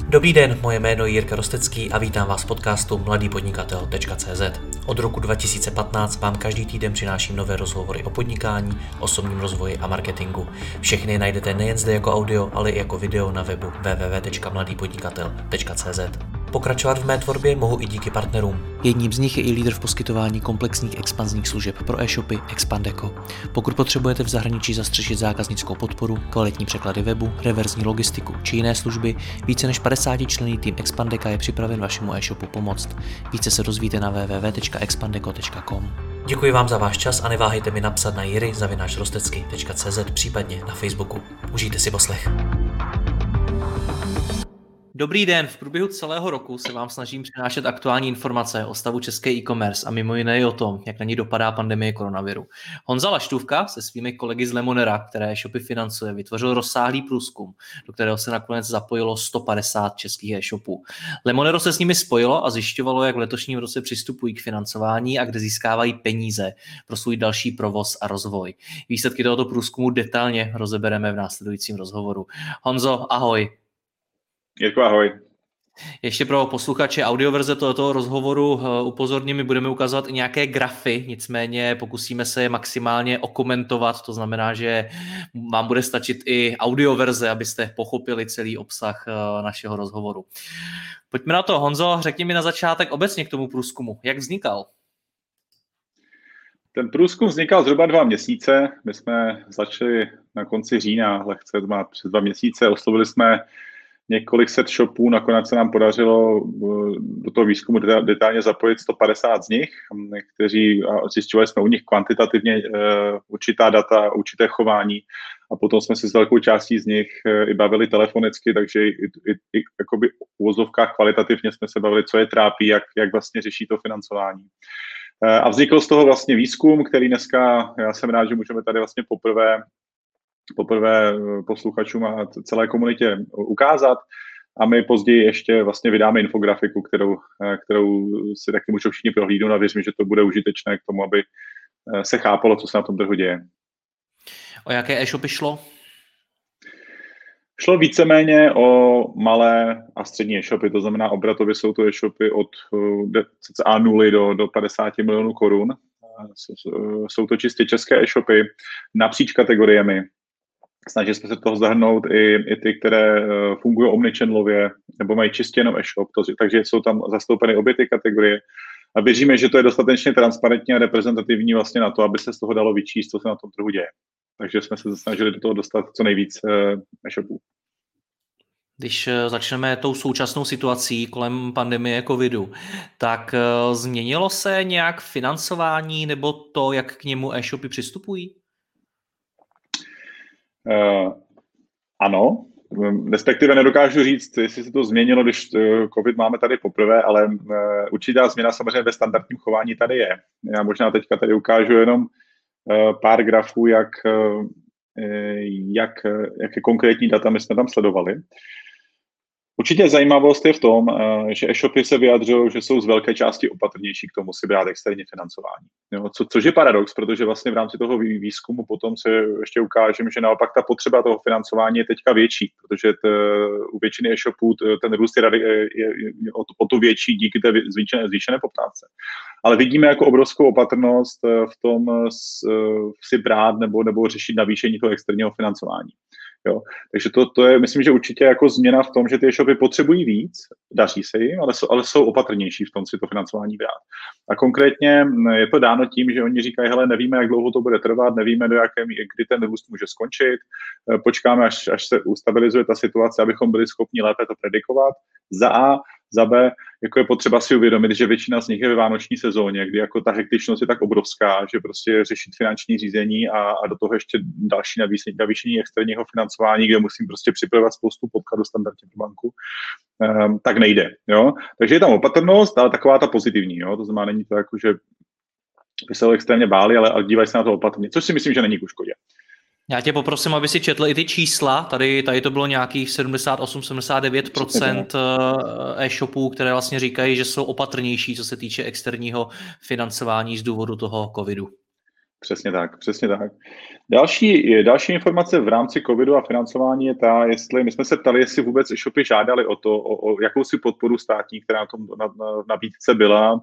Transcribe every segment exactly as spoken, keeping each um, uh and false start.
Dobrý den, moje jméno je Jirka Rostecký a vítám vás v podcastu mladý podnikatel tečka cé zet. Od roku dva tisíce patnáct vám každý týden přináším nové rozhovory o podnikání, osobním rozvoji a marketingu. Všechny najdete nejen zde jako audio, ale i jako video na webu w w w tečka mladý podnikatel tečka cé zet. Pokračovat v mé tvorbě mohu i díky partnerům. Jedním z nich je i lídr v poskytování komplexních expanzních služeb pro e-shopy Expandeco. Pokud potřebujete v zahraničí zastřešit zákaznickou podporu, kvalitní překlady webu, reverzní logistiku či jiné služby, více než padesátičlenný tým Expandeca je připraven vašemu e-shopu pomoct. Více se dozvíte na w w w tečka expandeco tečka com. Děkuji vám za váš čas a neváhejte mi napsat na jiry zavináč rostecky tečka cé zet, případně na Facebooku. Užijte si poslech. Dobrý den, v průběhu celého roku se vám snažím přinášet aktuální informace o stavu české e-commerce a mimo jiné i o tom, jak na ní dopadá pandemie koronaviru. Honza Laštůvka se svými kolegy z Lemonera, které e-shopy financuje, vytvořil rozsáhlý průzkum, do kterého se nakonec zapojilo sto padesát českých e-shopů. Lemonero se s nimi spojilo a zjišťovalo, jak v letošním roce přistupují k financování a kde získávají peníze pro svůj další provoz a rozvoj. Výsledky tohoto průzkumu detailně rozebereme v následujícím rozhovoru. Honzo, ahoj. Jirko, ahoj. Ještě pro posluchače audioverze tohoto rozhovoru upozorním, my budeme ukazovat i nějaké grafy, nicméně pokusíme se je maximálně okomentovat, to znamená, že vám bude stačit i audioverze, abyste pochopili celý obsah našeho rozhovoru. Pojďme na to, Honzo, řekni mi na začátek obecně k tomu průzkumu, jak vznikal? Ten průzkum vznikal zhruba dva měsíce, my jsme začali na konci října, lehce přes dva měsíce, oslovili jsme několik set shopů, nakonec se nám podařilo do toho výzkumu detailně zapojit sto padesát z nich, kteří zjišťovali jsme u nich kvantitativně určitá data, určité chování a potom jsme se s velkou částí z nich i bavili telefonicky, takže i, i, i jakoby v uvozovkách kvalitativně jsme se bavili, co je trápí, jak, jak vlastně řeší to financování. A vznikl z toho vlastně výzkum, který dneska, já jsem rád, že můžeme tady vlastně poprvé poprvé posluchačům a celé komunitě ukázat a my později ještě vlastně vydáme infografiku, kterou, kterou si taky můžou všichni prohlídnout a věřím, že to bude užitečné k tomu, aby se chápalo, co se na tom trhu děje. O jaké e-shopy šlo? Šlo víceméně o malé a střední e-shopy, to znamená obratově jsou to e-shopy od cca nuly do, do padesát milionů korun. Jsou to čistě české e-shopy napříč kategoriemi. Snažili jsme se toho zahrnout i, i ty, které fungují omnichannelově nebo mají čistě jenom e-shop, to, takže jsou tam zastoupeny obě ty kategorie a věříme, že to je dostatečně transparentní a reprezentativní vlastně na to, aby se z toho dalo vyčíst, co se na tom trhu děje. Takže jsme se snažili do toho dostat co nejvíc e-shopů. Když začneme tou současnou situací kolem pandemie covidu, tak změnilo se nějak financování nebo to, jak k němu e-shopy přistupují? Uh, ano, respektive nedokážu říct, jestli se to změnilo, když covid máme tady poprvé, ale uh, určitá změna samozřejmě ve standardním chování tady je. Já možná teďka tady ukážu jenom uh, pár grafů, jak, uh, jak, jaké konkrétní data my jsme tam sledovali. Určitě zajímavost je v tom, že e-shopy se vyjadřují, že jsou z velké části opatrnější k tomu si brát externí financování. Jo, co, což je paradox, protože vlastně v rámci toho výzkumu potom se ještě ukážeme, že naopak ta potřeba toho financování je teďka větší, protože t, u většiny e-shopů t, ten růst je, je, je o, o to větší díky té zvýšené, zvýšené poptávce. Ale vidíme jako obrovskou opatrnost v tom si brát nebo, nebo řešit navýšení toho externího financování. Jo. Takže to, to je, myslím, že určitě jako změna v tom, že ty e-shopy potřebují víc, daří se jim, ale jsou, ale jsou opatrnější v tom si to financování brát. A konkrétně je to dáno tím, že oni říkají, hele, nevíme, jak dlouho to bude trvat, nevíme, do jaké, kdy ten růst může skončit, počkáme, až, až se ustabilizuje ta situace, abychom byli schopni lépe to predikovat. Za A, za B, jako je potřeba si uvědomit, že většina z nich je ve vánoční sezóně, kdy jako ta hektičnost je tak obrovská, že prostě řešit finanční řízení a, a do toho ještě další navýšení, navýšení externího financování, kde musím prostě připravovat spoustu podkladů standardně pro banku, um, tak nejde. Jo? Takže je tam opatrnost, ale taková ta pozitivní. Jo? To znamená, není to jako, že by se extrémně báli, ale, ale dívají se na to opatrně, což si myslím, že není ku škodě. Já tě poprosím, aby si četl i ty čísla. Tady, tady to bylo nějakých sedmdesát osm sedmdesát devět procent e-shopů, které vlastně říkají, že jsou opatrnější, co se týče externího financování z důvodu toho covidu. Přesně tak, přesně tak. Další, další informace v rámci covidu a financování je ta, jestli, my jsme se ptali, jestli vůbec e-shopy žádali o to, o, o jakousi podporu státní, která na tom na, na, nabídce byla.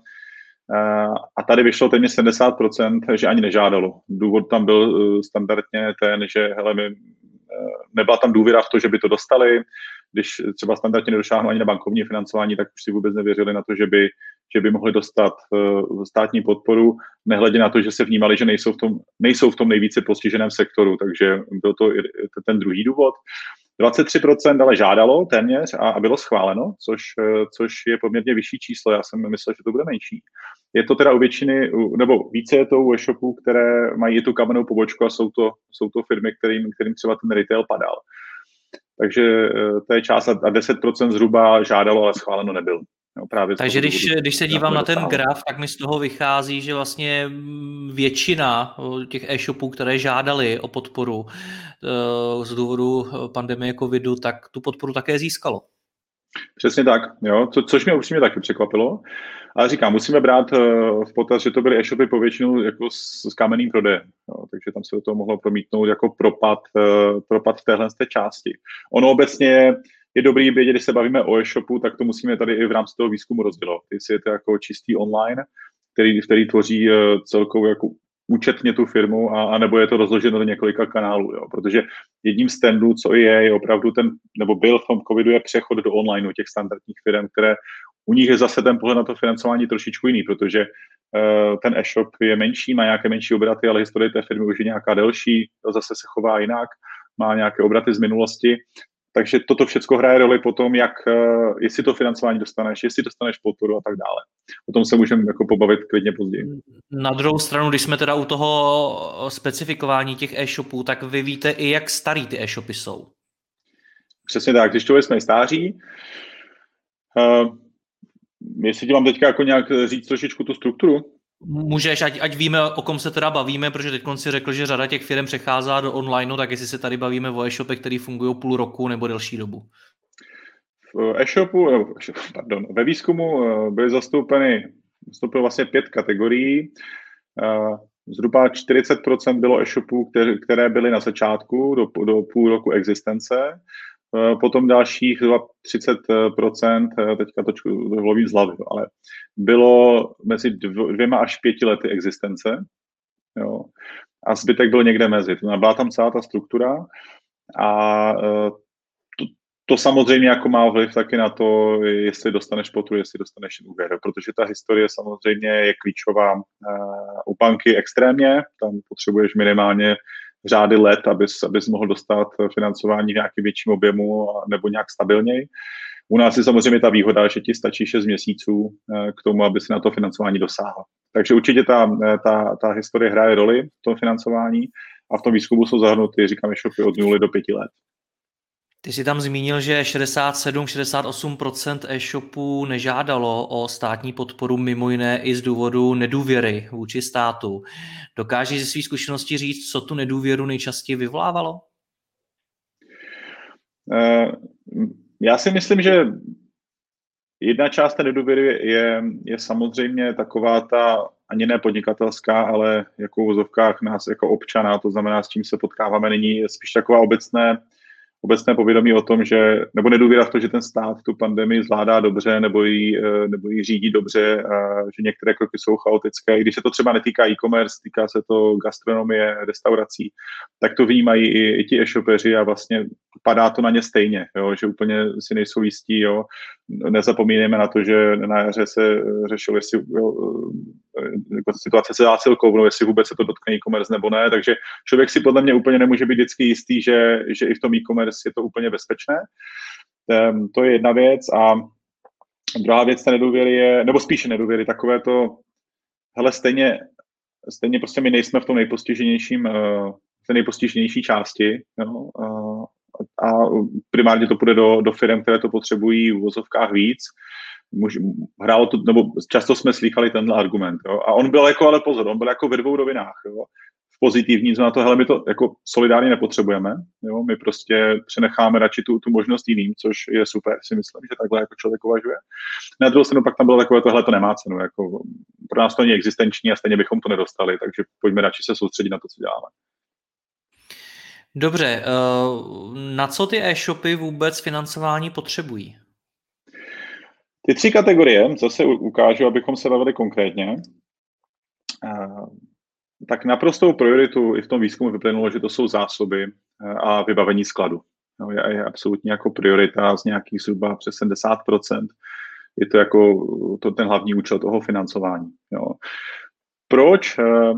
A tady vyšlo téměř sedmdesát procent, že ani nežádalo. Důvod tam byl standardně ten, že hele, my, nebyla tam důvěra v to, že by to dostali. Když třeba standardně nedošáhnou ani na bankovní financování, tak už si vůbec nevěřili na to, že by, že by mohli dostat uh, státní podporu, nehledě na to, že se vnímali, že nejsou v tom, nejsou v tom nejvíce postiženém sektoru, takže byl to ten druhý důvod. dvacet tři procent ale žádalo téměř a, a bylo schváleno, což, což je poměrně vyšší číslo. Já jsem myslel, že to bude menší. Je to teda u většiny, nebo více je to u e-shopů, které mají tu kamennou pobočku a jsou to, jsou to firmy, kterým, kterým třeba ten retail padal. Takže to je část a deset procent zhruba žádalo, ale schváleno nebyl. No, právě Takže když, když se dívám na ten graf, tak mi z toho vychází, že vlastně většina těch e-shopů, které žádali o podporu z důvodu pandemie covidu, tak tu podporu také získalo. Přesně tak, jo, Co, což mě upřímně taky překvapilo. Ale říkám, musíme brát v potaz, že to byly e-shopy povětšinou jako s, s kamenným prodejem, jo, takže tam se do toho mohlo promítnout jako propad, propad v téhle části. Ono obecně je, je dobrý vědět, když se bavíme o e-shopu, tak to musíme tady i v rámci toho výzkumu rozdělat. Jestli je to jako čistý online, který, který tvoří celkovou jako účetně tu firmu, a, a nebo je to rozloženo do několika kanálů, jo, protože jedním z trendů, co je, je opravdu ten, nebo byl v tom covidu, je přechod do online těch standardních firm, které u nich je zase ten pohled na to financování trošičku jiný, protože uh, ten e-shop je menší, má nějaké menší obraty, ale historie té firmy už je nějaká delší, zase se chová jinak, má nějaké obraty z minulosti. Takže toto všechno hraje roli potom, jak, uh, jestli to financování dostaneš, jestli dostaneš podporu a tak dále. O tom se můžeme jako pobavit klidně později. Na druhou stranu, když jsme teda u toho specifikování těch e-shopů, tak vy víte i, jak starý ty e-shopy jsou. Přesně tak, když to jsme stáří. Uh, jestli ti mám teďka jako nějak říct trošičku tu strukturu? Můžeš, ať, ať víme, o kom se teda bavíme, protože teď si řekl, že řada těch firm přechází do onlineu, tak jestli se tady bavíme o e-shopech, který fungují půl roku nebo delší dobu. V e-shopu, pardon, ve výzkumu byly zastoupeny, zastoupily vlastně pět kategorií. Zhruba čtyřicet procent bylo e-shopů, které, které byly na začátku do, do půl roku existence. Potom dalších třicet procent, teďka to lovím z hlavy, ale bylo mezi dvěma až pěti lety existence. Jo. A zbytek byl někde mezi. Byla tam celá ta struktura a to, to samozřejmě jako má vliv taky na to, jestli dostaneš podporu, jestli dostaneš úvěr, protože ta historie samozřejmě je klíčová u banky extrémně, tam potřebuješ minimálně řády let, abys, abys mohl dostat financování v nějakém větším objemu nebo nějak stabilněji. U nás je samozřejmě ta výhoda, že ti stačí šest měsíců k tomu, aby si na to financování dosáhl. Takže určitě ta, ta, ta historie hraje roli v tom financování a v tom výzkumu jsou zahrnuty, říkám, e-shopy od nuly do pěti let. Ty jsi tam zmínil, že šedesát sedm až šedesát osm procent e-shopů nežádalo o státní podporu, mimo jiné i z důvodu nedůvěry vůči státu. Dokážeš ze svých zkušeností říct, co tu nedůvěru nejčastěji vyvolávalo? Já si myslím, že jedna část té nedůvěry je, je samozřejmě taková ta ani ne podnikatelská, ale jako v vozovkách nás jako občana, to znamená, s čím se potkáváme nyní, je spíš taková obecné obecné povědomí o tom, že, nebo nedůvěra v to, že ten stát tu pandemii zvládá dobře, nebo ji, nebo ji řídí dobře, že některé kroky jsou chaotické. I když se to třeba netýká e-commerce, týká se to gastronomie, restaurací, tak to vnímají i, i ti e-shopeři a vlastně padá to na ně stejně, jo, že úplně si nejsou jistí. Jo. Nezapomínáme na to, že na jaře se řešilo, jestli jo, situace se zásilkou, jestli vůbec se to dotkne e-commerce nebo ne, takže člověk si podle mě úplně nemůže být vždycky jistý, že, že i v tom e-commerce je to úplně bezpečné. Um, to je jedna věc a druhá věc té nedůvěry je, nebo spíše nedůvěry, takové to, hele, stejně, stejně prostě my nejsme v tom nejpostiženějším, uh, v té nejpostiženější části, jo, uh, a primárně to půjde do, do firm, které to potřebují v vozovkách víc. Můž, hrálo to, nebo často jsme slýchali tenhle argument, jo, a on byl jako, ale pozor, on byl jako ve dvou rovinách, jo. v pozitivní, znamená to, hele, my to jako solidárně nepotřebujeme, jo? My prostě přenecháme radši tu, tu možnost jiným, což je super, si myslím, že takhle jako člověk uvažuje. Na druhou stranu pak tam bylo takové, tohle to nemá cenu, jako pro nás to není existenční a stejně bychom to nedostali, takže pojďme radši se soustředit na to, co děláme. Dobře, na co ty e-shopy vůbec financování potřebují? Ty tři kategorie, zase ukážu, abychom se bavili konkrétně, tak naprostou prioritu i v tom výzkumu vyplynulo, že to jsou zásoby a vybavení skladu. No, je, je absolutně jako priorita z nějakých zhruba přes sedmdesát procent. Je to jako to ten hlavní účel toho financování. Jo. Proč?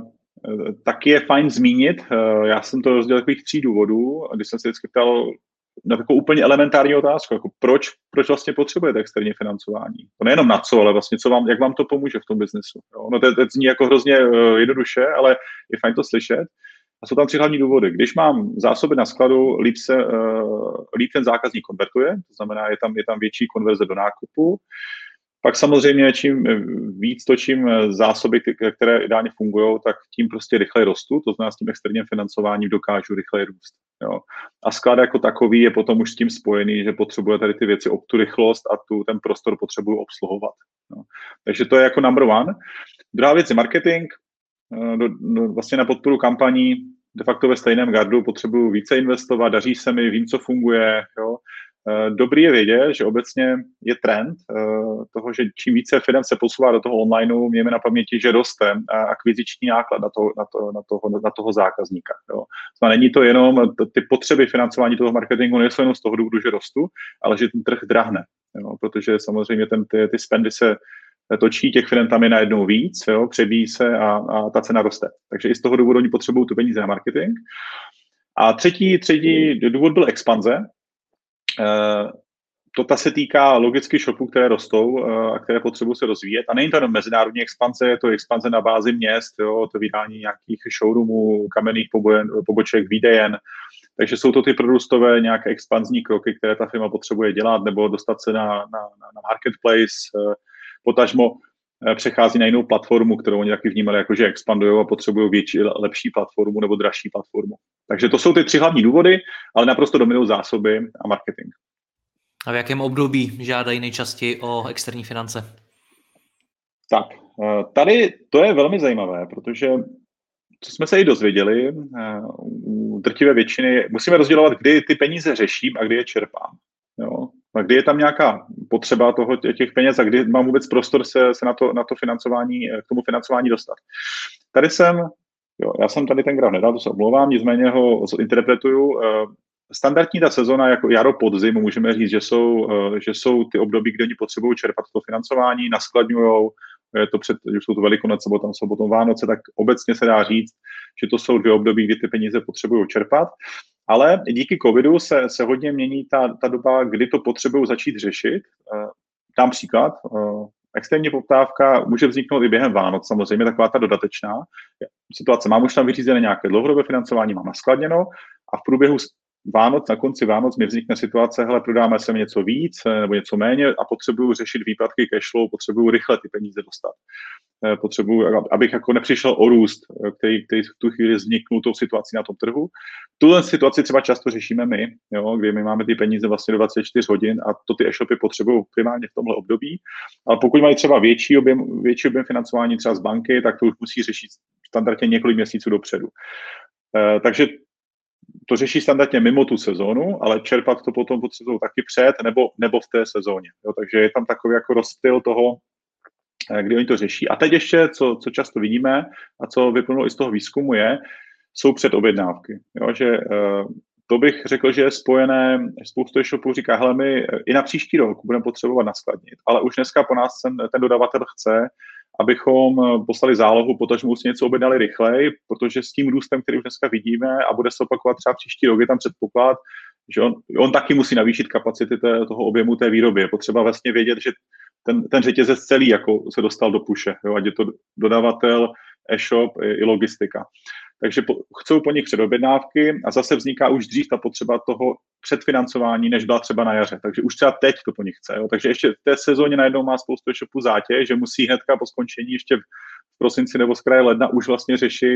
Tak je fajn zmínit, já jsem to rozdělil takových tří důvodů, když jsem se vždycky ptal na takovou úplně elementární otázku, jako proč, proč vlastně potřebujete externí financování. To nejenom na co, ale vlastně co vám, jak vám to pomůže v tom biznesu. Jo? No to, to zní jako hrozně uh, jednoduše, ale je fajn to slyšet. A jsou tam tři hlavní důvody. Když mám zásoby na skladu, líp, se, uh, líp ten zákazník konvertuje, to znamená, je tam, je tam větší konverze do nákupu. Pak samozřejmě, čím víc točím zásoby, které ideálně fungují, tak tím prostě rychleji rostu, to znamená s tím externím financováním dokážu rychleji růst. Jo. A sklad jako takový je potom už s tím spojený, že potřebuje tady ty věci, tu rychlost a tu, ten prostor potřebuju obsluhovat. Jo. Takže to je jako number one. Druhá věc je marketing. Do, do, vlastně na podporu kampaní de facto ve stejném gardu potřebuju více investovat, daří se mi, vím, co funguje, jo. Dobrý je vědět, že obecně je trend toho, že čím více firm se posouvá do toho onlineu, mějme na paměti, že roste akviziční náklad na, to, na, to, na, toho, na toho zákazníka. Jo. A není to jenom, ty potřeby financování toho marketingu nejsou jenom z toho důvodu, že rostu, ale že ten trh drahne, jo, protože samozřejmě ten, ty, ty spendy se točí, těch firm tam je najednou víc, jo, přebíjí se a, a ta cena roste. Takže i z toho důvodu oni potřebují tu peníze na marketing. A třetí, třetí důvod byl expanze. Uh, to ta se týká logicky shopů, které rostou uh, a které potřebují se rozvíjet. A není to jenom mezinárodní expanze, je to expanze na bázi měst, jo, to vydání nějakých showroomů, kamenných pobojen, poboček, výdejen. Takže jsou to ty prorůstové nějaké expanzní kroky, které ta firma potřebuje dělat, nebo dostat se na, na, na marketplace, uh, potažmo uh, přechází na jinou platformu, kterou oni taky vnímali, jako že expandují a potřebují větší, lepší platformu nebo dražší platformu. Takže to jsou ty tři hlavní důvody, ale naprosto dominují zásoby a marketing. A v jakém období žádají nejčastěji o externí finance? Tak, tady to je velmi zajímavé, protože co jsme se i dozvěděli, u drtivé většiny musíme rozdělovat, kdy ty peníze řeším a kdy je čerpám. Jo? A kdy je tam nějaká potřeba toho, těch peněz a kdy mám vůbec prostor se, se na, to, na to financování, k tomu financování dostat. Tady jsem, jo, já jsem tady ten graf nedal, to se omlouvám, nicméně ho interpretuju. Standardní ta sezona jako jaro, podzim, můžeme říct, že jsou, že jsou ty období, kde oni potřebují čerpat to financování, naskladňujou, je to před, že jsou to Velikonoce, potom jsou potom Vánoce, tak obecně se dá říct, že to jsou dvě období, kdy ty peníze potřebují čerpat. Ale díky covidu se, se hodně mění ta, ta doba, kdy to potřebují začít řešit. Dám příklad. Extrémní poptávka může vzniknout i během Vánoc, samozřejmě taková ta dodatečná situace. Mám už tam vyřízené nějaké dlouhodobé financování, mám naskladněno a v průběhu Vánoc, na konci Vánoc mi vznikne situace, hele, prodáme se něco víc nebo něco méně a potřebuju řešit výpadky cashflow, potřebuju rychle ty peníze dostat. Potřebuju, abych jako nepřišel o růst, který, který v tu chvíli vzniknul tou situací na tom trhu. Tuhle situaci třeba často řešíme my, jo, kdy my máme ty peníze vlastně do dvacet čtyři hodin a to ty e-shopy potřebují primárně v tomhle období. Ale pokud mají třeba větší objem, větší objem financování třeba z banky, tak to už musí řešit standardně několik měsíců dopředu. E, takže to řeší standardně mimo tu sezónu, ale čerpat to potom potřebují taky před nebo, nebo v té sezóně. Jo, takže je tam takový jako rozptyl toho, kdy oni to řeší. A teď ještě, co, co často vidíme a co vyplynulo i z toho výzkumu je, jsou předobjednávky. Jo, že uh, to bych řekl, že je spojené, spoustu e-shopů říká, hele, my i na příští rok budeme potřebovat naskladnit, ale už dneska po nás ten, ten dodavatel chce, abychom poslali zálohu, potažmo si něco objednali rychleji, protože s tím růstem, který už dneska vidíme a bude se opakovat třeba příští rok, je tam předpoklad, že on, on taky musí navýšit kapacity té, toho objemu té výroby. Je potřeba vlastně vědět, že ten, ten řetězec celý jako se dostal do puše, jo, ať je to dodavatel, e-shop i, i logistika. Takže po, chcou po nich předobjednávky a zase vzniká už dřív ta potřeba toho předfinancování, než byla třeba na jaře. Takže už třeba teď to po nich chce. Jo. Takže ještě v té sezóně najednou má spoustu e-shopů zátěž, že musí hnedka po skončení ještě v prosinci nebo z kraje ledna už vlastně řešit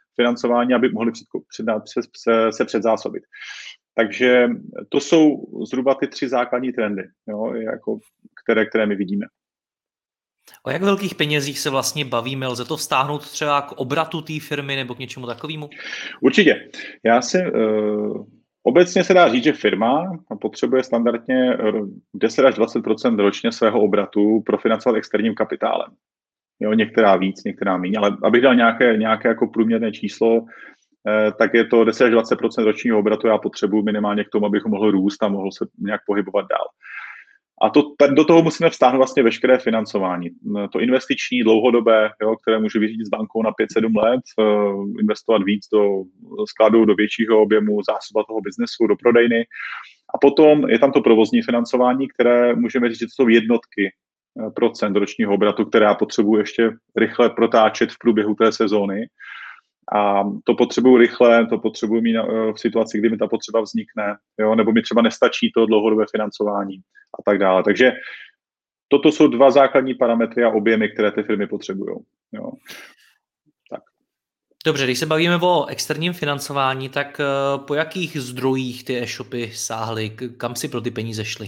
financování, aby mohli před, před, se, se, se předzásobit. Takže to jsou zhruba ty tři základní trendy, jo, jako, které, které my vidíme. O jak velkých penězích se vlastně bavíme? Lze to vztáhnout třeba k obratu té firmy nebo k něčemu takovému? Určitě. Já si uh, obecně se dá říct, že firma potřebuje standardně deset až dvacet procent ročně svého obratu profinancovat externím kapitálem. Jo, některá víc, některá méně, ale abych dal nějaké, nějaké jako průměrné číslo, eh, tak je to deset až dvacet procent ročního obratu, já potřebuji minimálně k tomu, abych mohl růst a mohl se nějak pohybovat dál. A to, do toho musíme vztáhnout vlastně veškeré financování. To investiční, dlouhodobé, jo, které může vyřídit s bankou na pět sedm let, investovat víc do skladu, do většího objemu, zásoba toho biznesu, do prodejny. A potom je tam to provozní financování, které můžeme říct, že to jsou jednotky procent ročního obratu, které já potřebuji ještě rychle protáčet v průběhu té sezóny. A to potřebuji rychle, to potřebuji mít v situaci, kdy mi ta potřeba vznikne, jo, nebo mi třeba nestačí to dlouhodobé financování a tak dále. Takže toto jsou dva základní parametry a objemy, které ty firmy potřebují. Jo. Tak. Dobře, když se bavíme o externím financování, tak po jakých zdrojích ty e-shopy sáhly, kam si pro ty peníze šly?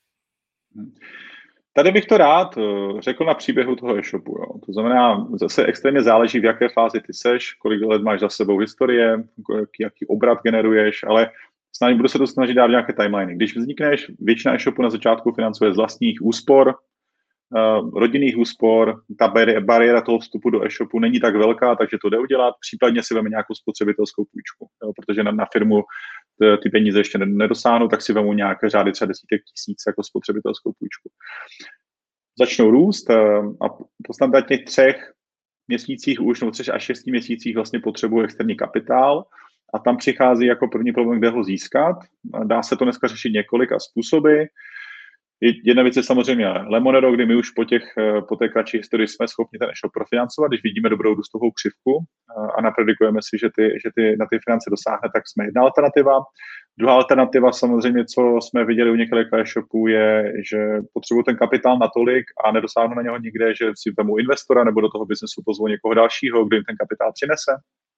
Tady bych to rád řekl na příběhu toho e-shopu. Jo. To znamená, zase extrémně záleží, v jaké fázi ty seš, kolik let máš za sebou historie, jaký obrat generuješ, ale snad budu se to snažit dát nějaké timeliny. Když vznikneš, většina e-shopu na začátku financuje z vlastních úspor, rodinných úspor, ta bariéra toho vstupu do e-shopu není tak velká, takže to jde udělat, případně si veme nějakou spotřebitelskou půjčku, jo, protože na, na firmu ty peníze ještě nedosáhnou, tak si vemu nějaké řády třeba desítek tisíc jako spotřebitelskou půjčku. Začnou růst a po standardních třech měsících už, nebo třech až šesti měsících vlastně potřebuje externí kapitál a tam přichází jako první problém, kde ho získat. Dá se to dneska řešit několika způsoby. Jedna věc je samozřejmě Lemonero, kdy my už po, těch, po té kratší historii jsme schopni ten e-shop profinancovat, když vidíme dobrou růstovou křivku a napredikujeme si, že, ty, že ty, na ty finance dosáhne, tak jsme jedna alternativa. Druhá alternativa samozřejmě, co jsme viděli u několika e-shopů, je, že potřebuji ten kapitál natolik a nedosáhnu na něho nikde, že si vemu investora nebo do toho biznesu pozvu někoho dalšího, kdo jim ten kapitál přinese.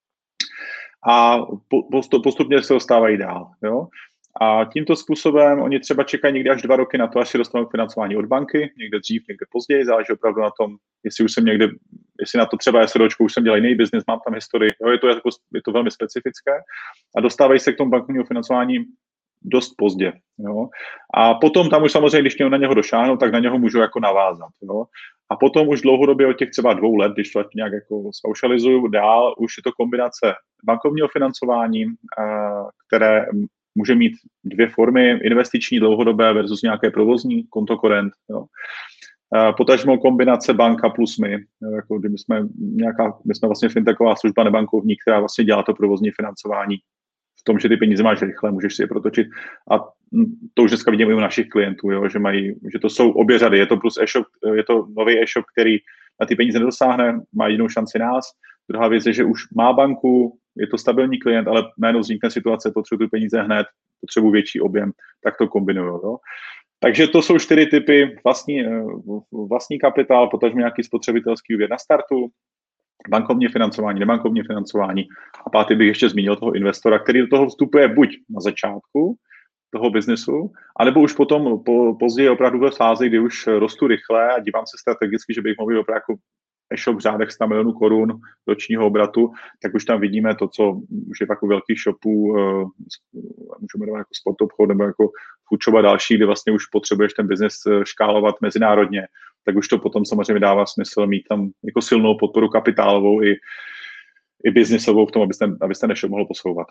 A postupně se dostávají dál. Jo? A tímto způsobem oni třeba čekají někdy až dva roky na to, až si dostanou financování od banky, někde dřív, někde později, záleží opravdu na tom, jestli už jsem někde, jestli na to třeba SROčko už jsem dělal jiný biznis, mám tam historii, jo, je to, jako, je to velmi specifické a dostávají se k tomu bankovnímu financování dost pozdě. Jo. A potom tam už samozřejmě, když na něho došáhnou, tak na něho můžu jako navázat. Jo. A potom už dlouhodobě od těch třeba dvou let, když to nějak jako zaušalizuju dál, už je to kombinace bankovního financování, které může mít dvě formy, investiční dlouhodobé versus nějaké provozní, kontokorent. Jo. Potažmo kombinace banka plus my. Jo, jako kdy my jsme, nějaká, my jsme vlastně fintechová služba nebankovní, která vlastně dělá to provozní financování v tom, že ty peníze máš rychle, můžeš si je protočit. A to už dneska vidíme i u našich klientů, jo, že, mají, že to jsou obě řady. Je to plus e-shop, je to nový e-shop, který na ty peníze nedosáhne, má jinou šanci nás. Druhá věc je, že už má banku, je to stabilní klient, ale najednou vznikne situace, potřebuji ty peníze hned, potřebuji větší objem, tak to kombinuju. Jo. Takže to jsou čtyři typy: vlastní, vlastní kapitál, potažmo nějaký spotřebitelský úvěr na startu, bankovní financování, nebankovní financování a pátý bych ještě zmínil toho investora, který do toho vstupuje buď na začátku toho biznesu, anebo už potom po, později opravdu ve fázi, kdy už rostu rychle a dívám se strategicky, že bych mohl opravdu jako e-shop v řádech sto milionů korun ročního obratu, tak už tam vidíme to, co už je jako velkých shopů, uh, můžeme jmenovat jako sportobchod nebo jako foodshop a další, kde vlastně už potřebuješ ten biznes škálovat mezinárodně, tak už to potom samozřejmě dává smysl mít tam jako silnou podporu kapitálovou i, i biznisovou v tom, abyste, abyste e-shop mohl posouvat.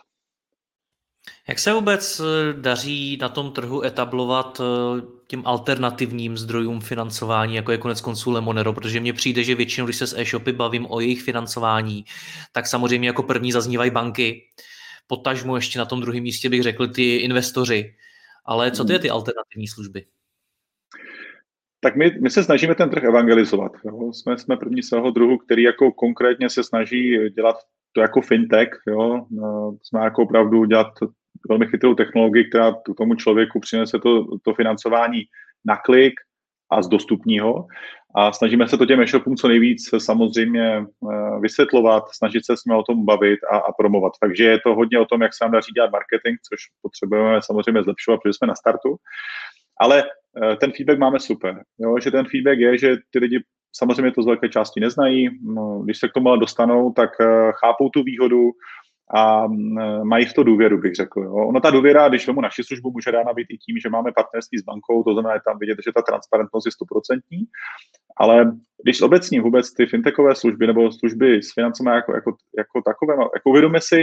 Jak se vůbec daří na tom trhu etablovat těm alternativním zdrojům financování, jako je konec konců Lemonero, protože mně přijde, že většinou, když se s e-shopy bavím o jejich financování, tak samozřejmě jako první zaznívají banky, potažmo ještě na tom druhém místě bych řekl ty investoři. Ale co ty je ty alternativní služby? Tak my, my se snažíme ten trh evangelizovat. Jo. Jsme, jsme první svého druhu, který jako konkrétně se snaží dělat to jako fintech. Jo. Jsme jako opravdu dělat velmi chytrou technologii, která tomu člověku přinese to, to financování na klik, a zdostupní ho. A snažíme se to těm e-shopům co nejvíc samozřejmě vysvětlovat, snažit se s nimi o tom bavit a, a promovat. Takže je to hodně o tom, jak se nám daří dělat marketing, což potřebujeme samozřejmě zlepšovat, protože jsme na startu. Ale ten feedback máme super. Jo? Že ten feedback je, že ty lidi samozřejmě to z velké části neznají. No, když se k tomu ale dostanou, tak chápou tu výhodu a mají v to důvěru, bych řekl. Jo. Ono ta důvěra, když vemu naši službu, může rána být i tím, že máme partnerství s bankou, to znamená, je tam vidět, že ta transparentnost je stoprocentní, ale když obecně vůbec ty fintechové služby nebo služby s financemi jako, jako, jako takové, jako uvědomíme si,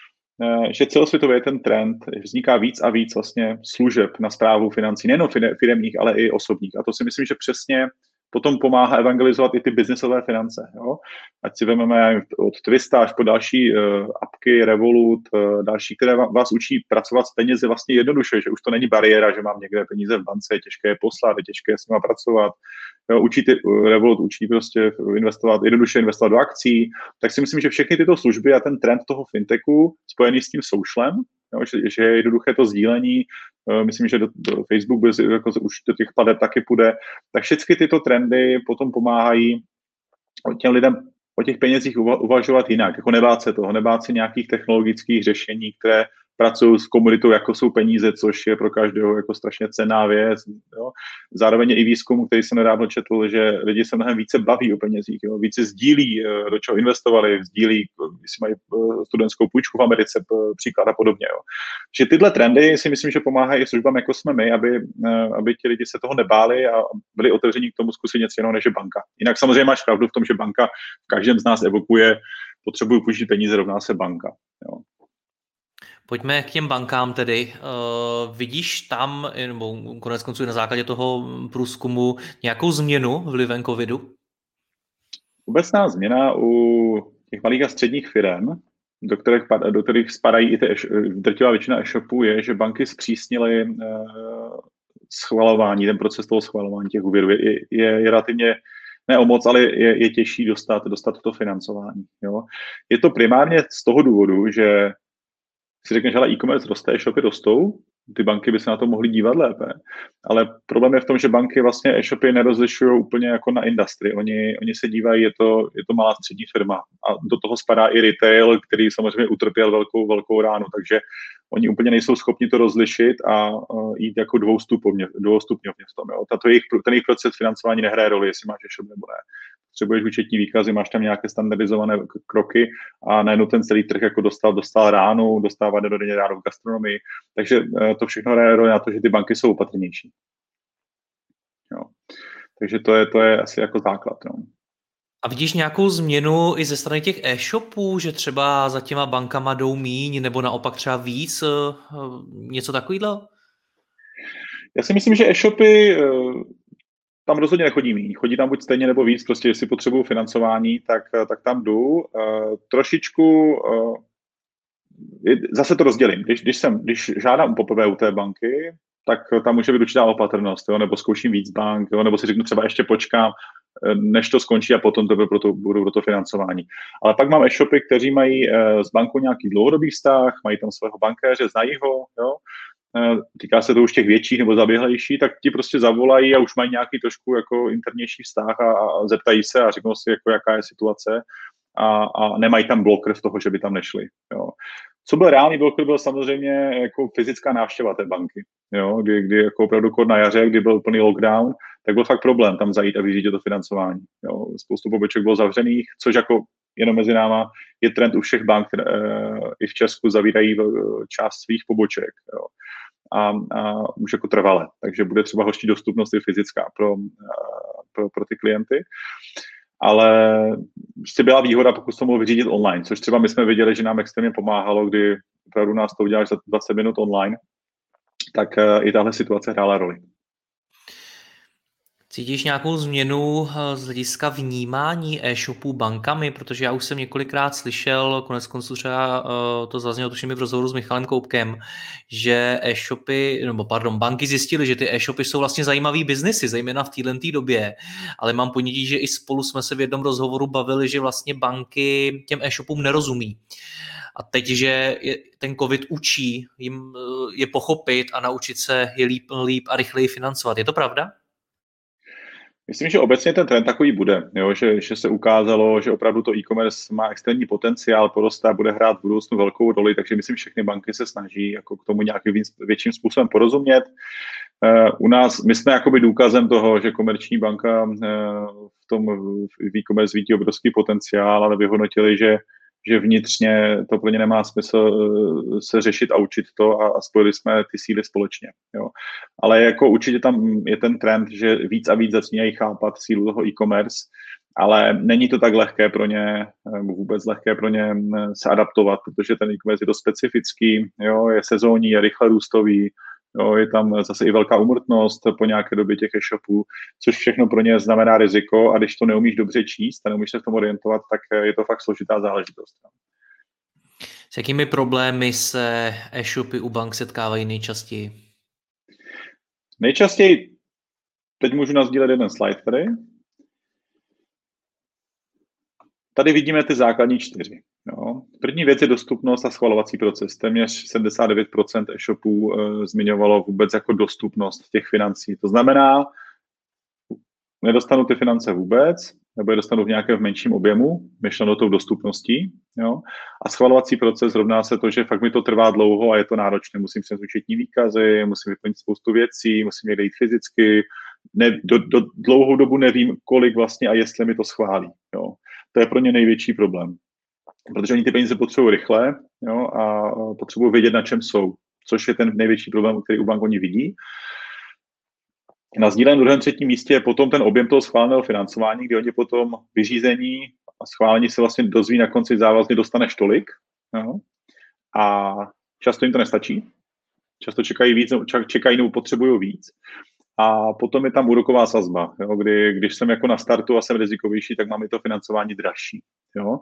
že celosvětově je ten trend, vzniká víc a víc vlastně služeb na správu financí, nejen firemních, ale i osobních. A to si myslím, že přesně potom pomáhá evangelizovat i ty biznesové finance. Jo? Ať si vezmeme od Twista až po další uh, apky, Revolut, uh, další, které vás učí pracovat s penězi vlastně jednoduše, že už to není bariéra, že mám někde peníze v bance, je těžké je poslat, je těžké s nimi pracovat. Jo? Učí ty, uh, Revolut učí prostě investovat, jednoduše investovat do akcí. Tak si myslím, že všechny tyto služby a ten trend toho fintechu spojený s tím socialem, jo? Že, že je jednoduché to sdílení, myslím, že do, do Facebook bez, jako už do těch plateb taky půjde, tak všechny tyto trendy potom pomáhají těm lidem o těch penězích uvažovat jinak, jako nebát se toho, nebát se nějakých technologických řešení, které pracují s komunitou, jako jsou peníze, což je pro každého jako strašně cenná věc. Jo. Zároveň je i výzkum, který jsem nedávno četl, že lidi se mnohem více baví o penězích, jo. Více sdílí, do čeho investovali, sdílí, když mají studentskou půjčku v Americe, příklad a podobně. Jo. Že tyhle trendy si myslím, že pomáhají i službám, jako jsme my, aby, aby ti lidi se toho nebáli a byli otevření k tomu zkusit něco jiného, než je banka. Jinak samozřejmě máš pravdu v tom, že banka v každém z nás evokuje, potřebuji půjčit peníze, rovná se banka. Jo. Pojďme k těm bankám tedy. Uh, vidíš tam, nebo konec konců na základě toho průzkumu, nějakou změnu vlivem covidu? Obecná změna u těch malých a středních firm, do kterých, do kterých spadají i ty drtivá většina e-shopů, je, že banky zpřísnily uh, schvalování, ten proces toho schvalování těch úvěrů. Je, je, je relativně ne o moc, ale je, je těžší dostat, dostat to financování. Jo? Je to primárně z toho důvodu, že si řekneš, že e-commerce roste, e-shopy rostou, ty banky by se na to mohly dívat lépe, ale problém je v tom, že banky vlastně e-shopy nerozlišují úplně jako na industry. Oni, oni se dívají, je to, je to malá střední firma a do toho spadá i retail, který samozřejmě utrpěl velkou, velkou ránu, takže oni úplně nejsou schopni to rozlišit a uh, jít jako dvoustupňovně, dvoustupňovně v tom. Jo. Tato jejich, ten jejich proces financování nehraje roli, jestli máš e-shop nebo ne. Potřebuješ účetní výkazy, máš tam nějaké standardizované kroky a najednou ten celý trh jako dostal, dostal ránu, dostává dennodenně ránu v gastronomii, takže uh, to všechno hraje roli na to, že ty banky jsou opatrnější. Jo. Takže to je, to je asi jako základ. No. A vidíš nějakou změnu i ze strany těch e-shopů, že třeba za těma bankama jdou míň, nebo naopak třeba víc, něco takového? Já si myslím, že e-shopy tam rozhodně nechodí míň. Chodí tam buď stejně nebo víc, prostě jestli potřebuju financování, tak, tak tam jdu. Trošičku, zase to rozdělím. Když, když, jsem, když žádám poprvé u té banky, tak tam může být určitá opatrnost, jo? Nebo zkouším víc bank, jo? Nebo si řeknu třeba ještě počkám, než to skončí a potom to proto, budou do toho financování. Ale pak mám e-shopy, kteří mají e, s bankou nějaký dlouhodobý vztah, mají tam svého bankéře, znají ho, jo? E, týká se to už těch větších nebo zaběhlejší, tak ti prostě zavolají a už mají nějaký trošku jako internější vztah a, a zeptají se a řeknou si, jako, jaká je situace a, a nemají tam bloker z toho, že by tam nešli. Jo? Co byl reálný bloker, byl samozřejmě jako fyzická návštěva té banky, jo? Kdy, kdy jako opravdu na jaře, kdy byl plný lockdown, tak byl fakt problém tam zajít a vyřídit to financování. Jo? Spoustu poboček bylo zavřených, což jako jenom mezi náma je trend u všech bank, které e, i v Česku zavírají část svých poboček. Jo? A, a už jako trvale. Takže bude třeba horší dostupnost i fyzická pro, pro, pro ty klienty. Ale prostě byla výhoda, pokud to mohl vyřídit online, což třeba my jsme viděli, že nám extrémně pomáhalo, kdy opravdu nás to uděláš za dvacet minut online, tak i tahle situace hrála roli. Cítíš nějakou změnu z hlediska vnímání e-shopů bankami? Protože já už jsem několikrát slyšel, konec konců třeba to zaznělo tuším v rozhovoru s Michalem Koupkem, že e-shopy, nebo pardon, banky zjistily, že ty e-shopy jsou vlastně zajímavý biznesy, zejména v této době, ale mám ponětí, že i spolu jsme se v jednom rozhovoru bavili, že vlastně banky těm e-shopům nerozumí. A teď, že je, ten covid učí jim je pochopit a naučit se je líp, líp a rychleji financovat. Je to pravda? Myslím, že obecně ten trend takový bude, jo? Že, že se ukázalo, že opravdu to e-commerce má extrémní potenciál, poroste a bude hrát v budoucnu velkou roli, takže myslím, že všechny banky se snaží jako k tomu nějakým větším způsobem porozumět. U nás, my jsme jakoby důkazem toho, že komerční banka v tom v e-commerce vidí obrovský potenciál, ale vyhodnotili, že že vnitřně to pro ně nemá smysl se řešit a učit to a, a spojili jsme ty síly společně. Jo. Ale jako určitě tam je ten trend, že víc a víc začínají chápat sílu toho e-commerce, ale není to tak lehké pro ně, vůbec lehké pro ně se adaptovat, protože ten e-commerce je dost specifický, jo, je sezónní, je rychle růstový, jo, je tam zase i velká úmrtnost po nějaké době těch e-shopů, což všechno pro ně znamená riziko a když to neumíš dobře číst a neumíš se v tom orientovat, tak je to fakt složitá záležitost. S jakými problémy se e-shopy u bank setkávají nejčastěji? Nejčastěji, teď můžu nasdílet jeden slide tady. Tady vidíme ty základní čtyři. Jo. První věc je dostupnost a schvalovací proces. Téměř sedmdesát devět procent e-shopů e, zmiňovalo vůbec jako dostupnost těch financí. To znamená, nedostanu ty finance vůbec, nebo je dostanu v nějakém menším objemu, myšleno tou dostupností. Jo. A schvalovací proces rovná se to, že fakt mi to trvá dlouho a je to náročné. Musím přes účetní výkazy, musím vyplnit spoustu věcí, musím někde jít fyzicky. Ne, do, do dlouhou dobu nevím, kolik vlastně a jestli mi to schválí. Jo. To je pro ně největší problém. Protože oni ty peníze potřebují rychle, jo, a potřebují vědět, na čem jsou, což je ten největší problém, který u bank oni vidí. Na sdíleném druhém třetím místě je potom ten objem toho schváleného financování, kdy oni potom vyřízení a schválení se vlastně dozví na konci závazně dostaneš tolik. Jo, a často jim to nestačí. Často čekají víc, čekají nebo potřebují víc. A potom je tam úroková sazba, jo, kdy, když jsem jako na startu a jsem rizikovější, tak mám i to financování dražší. Jo.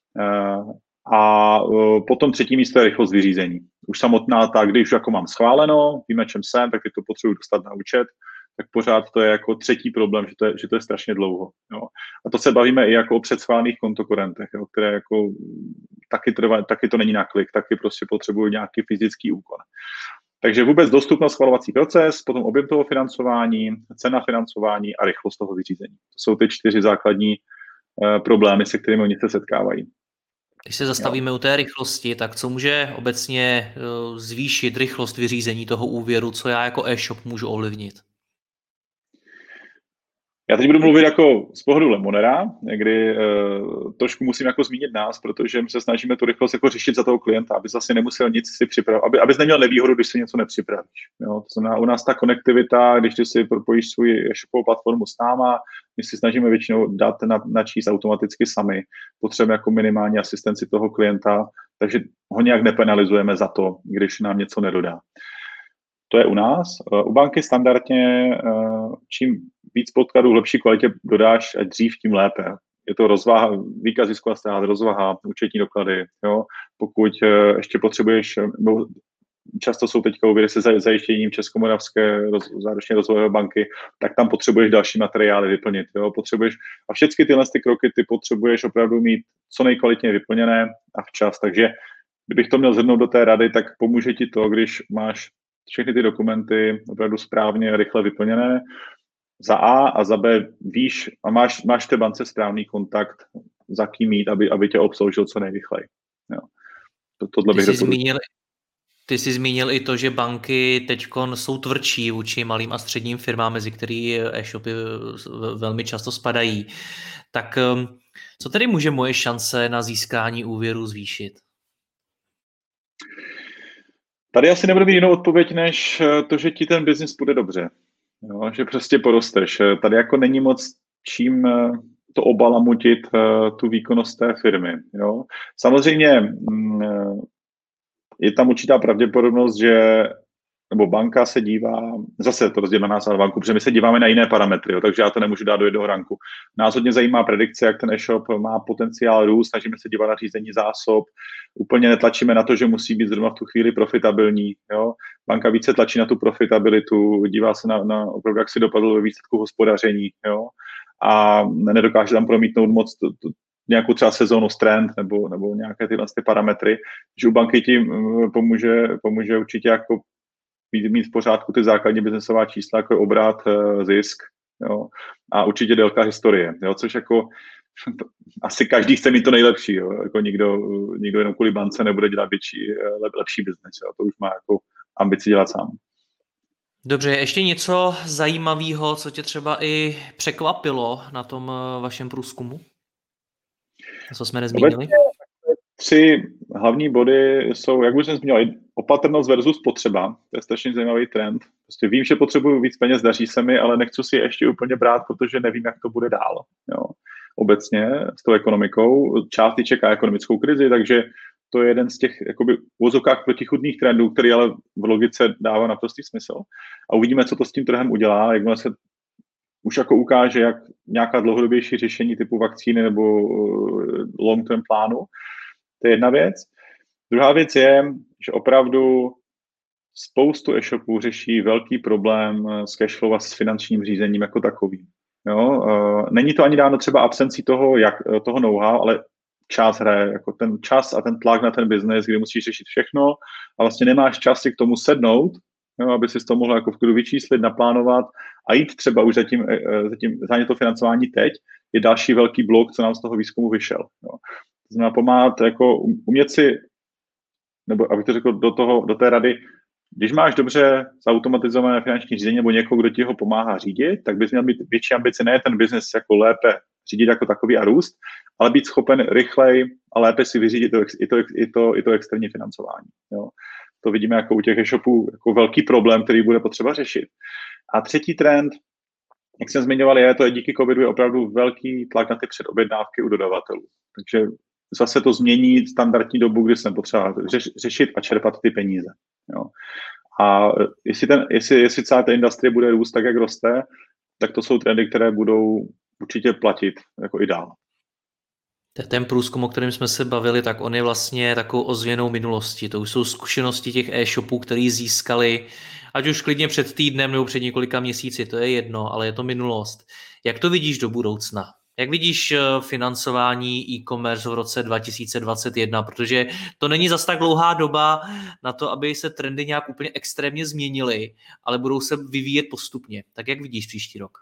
A potom třetí místo je rychlost vyřízení. Už samotná ta, když jako mám schváleno, vím, na čem jsem, tak teď to potřebuji dostat na účet, tak pořád to je jako třetí problém, že to je, že to je strašně dlouho. Jo. A to se bavíme i jako o předschválených kontokorentech, jo, které jako taky, trvá, taky to není na klik, taky prostě potřebují nějaký fyzický úkon. Takže vůbec dostupnost, schvalovací proces, potom objem toho financování, cena financování a rychlost toho vyřízení. To jsou ty čtyři základní uh, problémy, se kterými oni se setkávají. Když se zastavíme jo. u té rychlosti, tak co může obecně uh, zvýšit rychlost vyřízení toho úvěru, co já jako e-shop můžu ovlivnit? Já teď budu mluvit jako z pohledu Lemonera, kdy uh, trošku musím jako zmínit nás, protože my se snažíme tu rychlost jako řešit za toho klienta, aby zase nemusel nic si připravit, aby, abys neměl nevýhodu, když si něco nepřipravíš. Jo? To znamená, u nás ta konektivita, když ty si propojíš svou e-shopovou platformu s náma, my si snažíme většinou dát na, načíst automaticky sami. Potřebujeme jako minimální asistenci toho klienta, takže ho nějak nepenalizujeme za to, když nám něco nedodá. To je u nás. U banky standardně čím víc podkladů v lepší kvalitě dodáš a dřív, tím lépe. Je to rozvaha, výkaz zisku a ztrát, rozvaha, účetní doklady. Jo? Pokud ještě potřebuješ, často jsou teďka úvěry se zajištěním Českomoravské roz, záruční rozvojové banky, tak tam potřebuješ další materiály vyplnit. Jo? Potřebuješ, a všechny tyhle ty kroky ty potřebuješ opravdu mít co nejkvalitně vyplněné a včas. Takže kdybych to měl zhrnout do té rady, tak pomůže ti to, když máš všechny ty dokumenty opravdu správně, rychle vyplněné, za A a za B víš a máš, máš v té bance správný kontakt, za kým mít, aby, aby tě obsloužil co nejrychleji. Jo. To, tohle bych ty, jsi zmínil, ty jsi zmínil i to, že banky teďkon jsou tvrdší vůči malým a středním firmám, mezi který e-shopy velmi často spadají. Tak co tedy může moje šance na získání úvěru zvýšit? Tady asi nebude mít jinou odpověď, než to, že ti ten biznis půjde dobře. Jo, že prostě porosteš. Tady jako není moc čím to obalamutit tu výkonnost té firmy. Jo. Samozřejmě je tam určitá pravděpodobnost, že nebo banka se dívá, zase to rozdělíme nás na banku, protože my se díváme na jiné parametry, jo, takže já to nemůžu dát do jednoho ranku. Nás hodně zajímá predikce, jak ten e-shop má potenciál růst, snažíme se dívat na řízení zásob, úplně netlačíme na to, že musí být zrovna v tu chvíli profitabilní. Jo. Banka více tlačí na tu profitabilitu, dívá se na, na opravdu, jak si dopadlo ve výsledku hospodaření, jo, a nedokáže tam promítnout moc to, to, nějakou třeba sezónu trend nebo, nebo nějaké tyhle ty parametry, že u banky tím pomůže, pomůže určitě jako mít v pořádku ty základní biznesová čísla, jako je obrat, zisk, jo, a určitě délka historie, jo, což jako asi každý chce mít to nejlepší, jo, jako nikdo, nikdo jenom kvůli bance nebude dělat větší, lep, lepší biznes, jo, to už má jako ambici dělat sám. Dobře, ještě něco zajímavého, co tě třeba i překvapilo na tom vašem průzkumu? Co jsme nezmínili? Tři hlavní body jsou, jak už jsem zmínil, opatrnost versus potřeba. To je strašně zajímavý trend. Prostě vím, že potřebuju víc peněz, daří se mi, ale nechci si je ještě úplně brát, protože nevím, jak to bude dál. Jo. Obecně s tou ekonomikou. Část čeká ekonomickou krizi, takže to je jeden z těch jakoby v vozovkách protichůdných trendů, který ale v logice dává naprostý smysl. A uvidíme, co to s tím trhem udělá, jakmile se už jako ukáže, jak nějaká dlouhodobější řešení typu vakcíny nebo long-term plánu. To je jedna věc. Druhá věc je, že opravdu spoustu e-shopů řeší velký problém s cashflow a s finančním řízením jako takovým. Jo? Není to ani dáno třeba absencí toho, jak, toho know-how, ale čas hraje, jako ten čas a ten tlak na ten biznes, kdy musíš řešit všechno a vlastně nemáš čas si k tomu sednout, jo, aby si to mohl jako v klidu vyčíslit, naplánovat a jít třeba už za tím, za tím za to financování teď, je další velký blok, co nám z toho výzkumu vyšel. Jo. To znamená pomáhat, jako umět si, nebo abych to řekl do, toho, do té rady, když máš dobře zautomatizované finanční řízení nebo někoho, kdo ti ho pomáhá řídit, tak bys měl mít větší ambice, ne ten biznes jako lépe řídit jako takový a růst, ale být schopen rychleji a lépe si vyřídit to, i, to, i, to, i to externí financování. Jo. To vidíme jako u těch e-shopů jako velký problém, který bude potřeba řešit. A třetí trend, jak jsem zmiňoval, je, to je díky covidu je opravdu velký tlak na ty předobjednávky u dodavatelů. Takže zase to změní standardní dobu, kdy jsem potřeba řeš, řešit a čerpat ty peníze. Jo. A jestli, ten, jestli, jestli celá ta industrie bude růst tak, jak roste, tak to jsou trendy, které budou určitě platit jako i dál. Ten průzkum, o kterém jsme se bavili, tak on je vlastně takovou ozvěnou minulosti. To už jsou zkušenosti těch e-shopů, který získali, ať už klidně před týdnem nebo před několika měsíci, to je jedno, ale je to minulost. Jak to vidíš do budoucna? Jak vidíš financování e-commerce v roce dva tisíce dvacet jedna? Protože to není zas tak dlouhá doba na to, aby se trendy nějak úplně extrémně změnily, ale budou se vyvíjet postupně. Tak jak vidíš příští rok?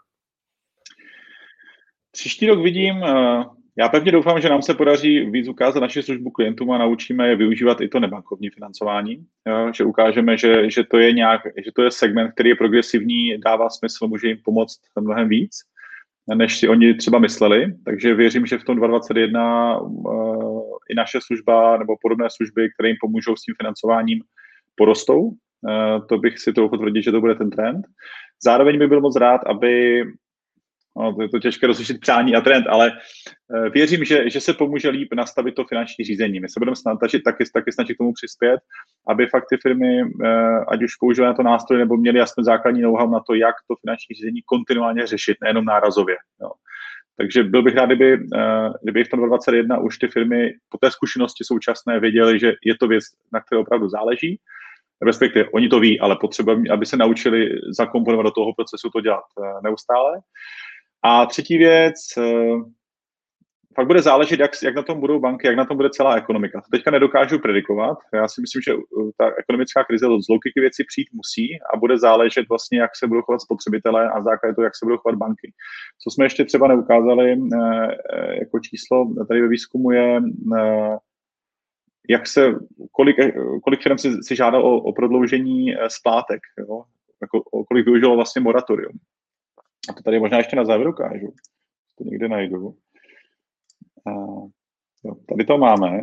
Příští rok vidím... Já pevně doufám, že nám se podaří víc ukázat naši službu klientům a naučíme je využívat i to nebankovní financování. Jo? Že ukážeme, že, že, to je nějak, že to je segment, který je progresivní, dává smysl, může jim pomoct mnohem víc, než si oni třeba mysleli. Takže věřím, že v tom dvacet dvacet jedna uh, i naše služba nebo podobné služby, které jim pomůžou s tím financováním, porostou. Uh, to bych si trochu tvrdit, že to bude ten trend. Zároveň bych byl moc rád, aby No, to je to těžké rozlišit přání a trend, ale uh, věřím, že, že se pomůže líp nastavit to finanční řízení. My se budeme snažit taky, taky snažit k tomu přispět, aby fakt ty firmy, uh, ať už používají na to nástroj, nebo měli jasně základní know-how na to, jak to finanční řízení kontinuálně řešit, nejenom nárazově. Jo. Takže byl bych rád, kdyby, uh, kdyby v tom dvacet dvacet jedna už ty firmy po té zkušenosti současné věděli, že je to věc, na které opravdu záleží. Respektive oni to ví, ale potřebují, aby se naučili zakomponovat do toho procesu to dělat uh, neustále. A třetí věc, fakt bude záležet, jak, jak na tom budou banky, jak na tom bude celá ekonomika. To teďka nedokážu predikovat. Já si myslím, že ta ekonomická krize z logiky věci přijít musí a bude záležet vlastně, jak se budou chovat spotřebitelé a základě toho, jak se budou chovat banky. Co jsme ještě třeba neukázali jako číslo tady ve výzkumu je, jak se, kolik, kolik firm si, si žádal o, o prodloužení splátek, jo? Jako, o kolik využilo vlastně moratorium. A to tady možná ještě na závěr ukážu. To někde najdu. A, jo, tady to máme.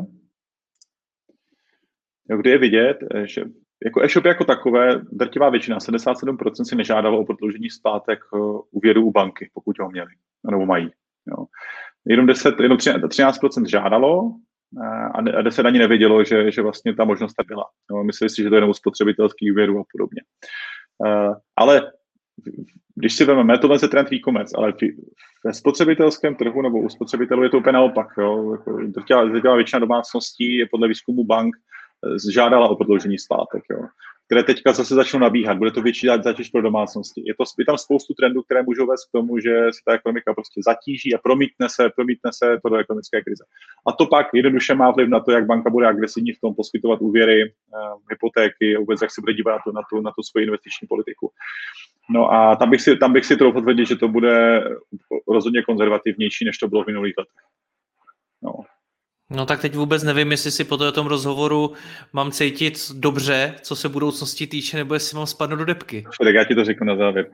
Jo, kdy je vidět, že jako e-shopy jako takové, drtivá většina, sedmdesát sedm procent si nežádalo o prodloužení splátek úvěru u banky, pokud ho měli, nebo mají. Jo. Jenom, deset, jenom třináct procent žádalo a deset ani nevědělo, že, že vlastně ta možnost tak byla. Jo, mysleli si, že to je jenom spotřebitelský úvěru a podobně. Uh, ale když si vezmeme, tohle je trend e-commerce, ale ve spotřebitelském trhu nebo u spotřebitelů je to úplně naopak. Jo. Drtivá většina domácností je podle výzkumu bank žádala o prodloužení splátek. Jo. které teďka zase začnou nabíhat. Bude to větší zátěž pro domácnosti. Je, to, je tam spoustu trendů, které můžou vést k tomu, že se ta ekonomika prostě zatíží a promítne se, promítne se to do ekonomické krize. A to pak jednoduše má vliv na to, jak banka bude agresivní v tom poskytovat úvěry, hypotéky, vůbec jak se bude dívat na tu, na tu, na tu svoji investiční politiku. No a tam bych si, tam bych si trochu tvrdit, že to bude rozhodně konzervativnější, než to bylo v minulých letech. No. No tak teď vůbec nevím, jestli si po tom rozhovoru mám cítit dobře, co se budoucnosti týče, nebo jestli mám spadnout do debky. Tak já ti to řeknu na závěr.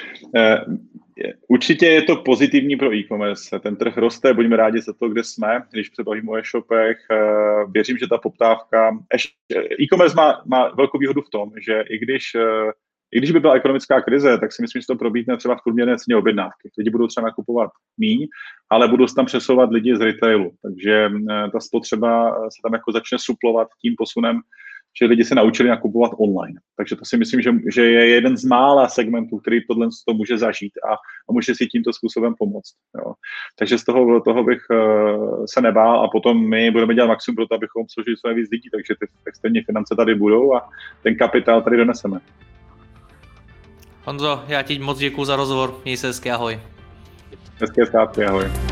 Určitě je to pozitivní pro e-commerce. Ten trh roste, buďme rádi za to, kde jsme, když přebavíme o e-shopech. Věřím, že ta poptávka... E-commerce má, má velkou výhodu v tom, že i když... I když by byla ekonomická krize, tak si myslím, že to probítne třeba v průměrné ceně objednávky. Lidi budou třeba nakupovat míň, ale budou se tam přesouvat lidi z retailu. Takže ta spotřeba se tam jako začne suplovat tím posunem, že lidi se naučili nakupovat online. Takže to si myslím, že, že je jeden z mála segmentů, který tohle to může zažít a, a může si tímto způsobem pomoct. Jo. Takže z toho, toho bych uh, se nebál a potom my budeme dělat maximum pro to, abychom obsloužili co nejvíc lidí, takže ty externí finance tady budou a ten kapitál tady doneseme. Honzo, já ti moc děkuju za rozhovor. Měj se hezky, ahoj. Hezké státky, ahoj.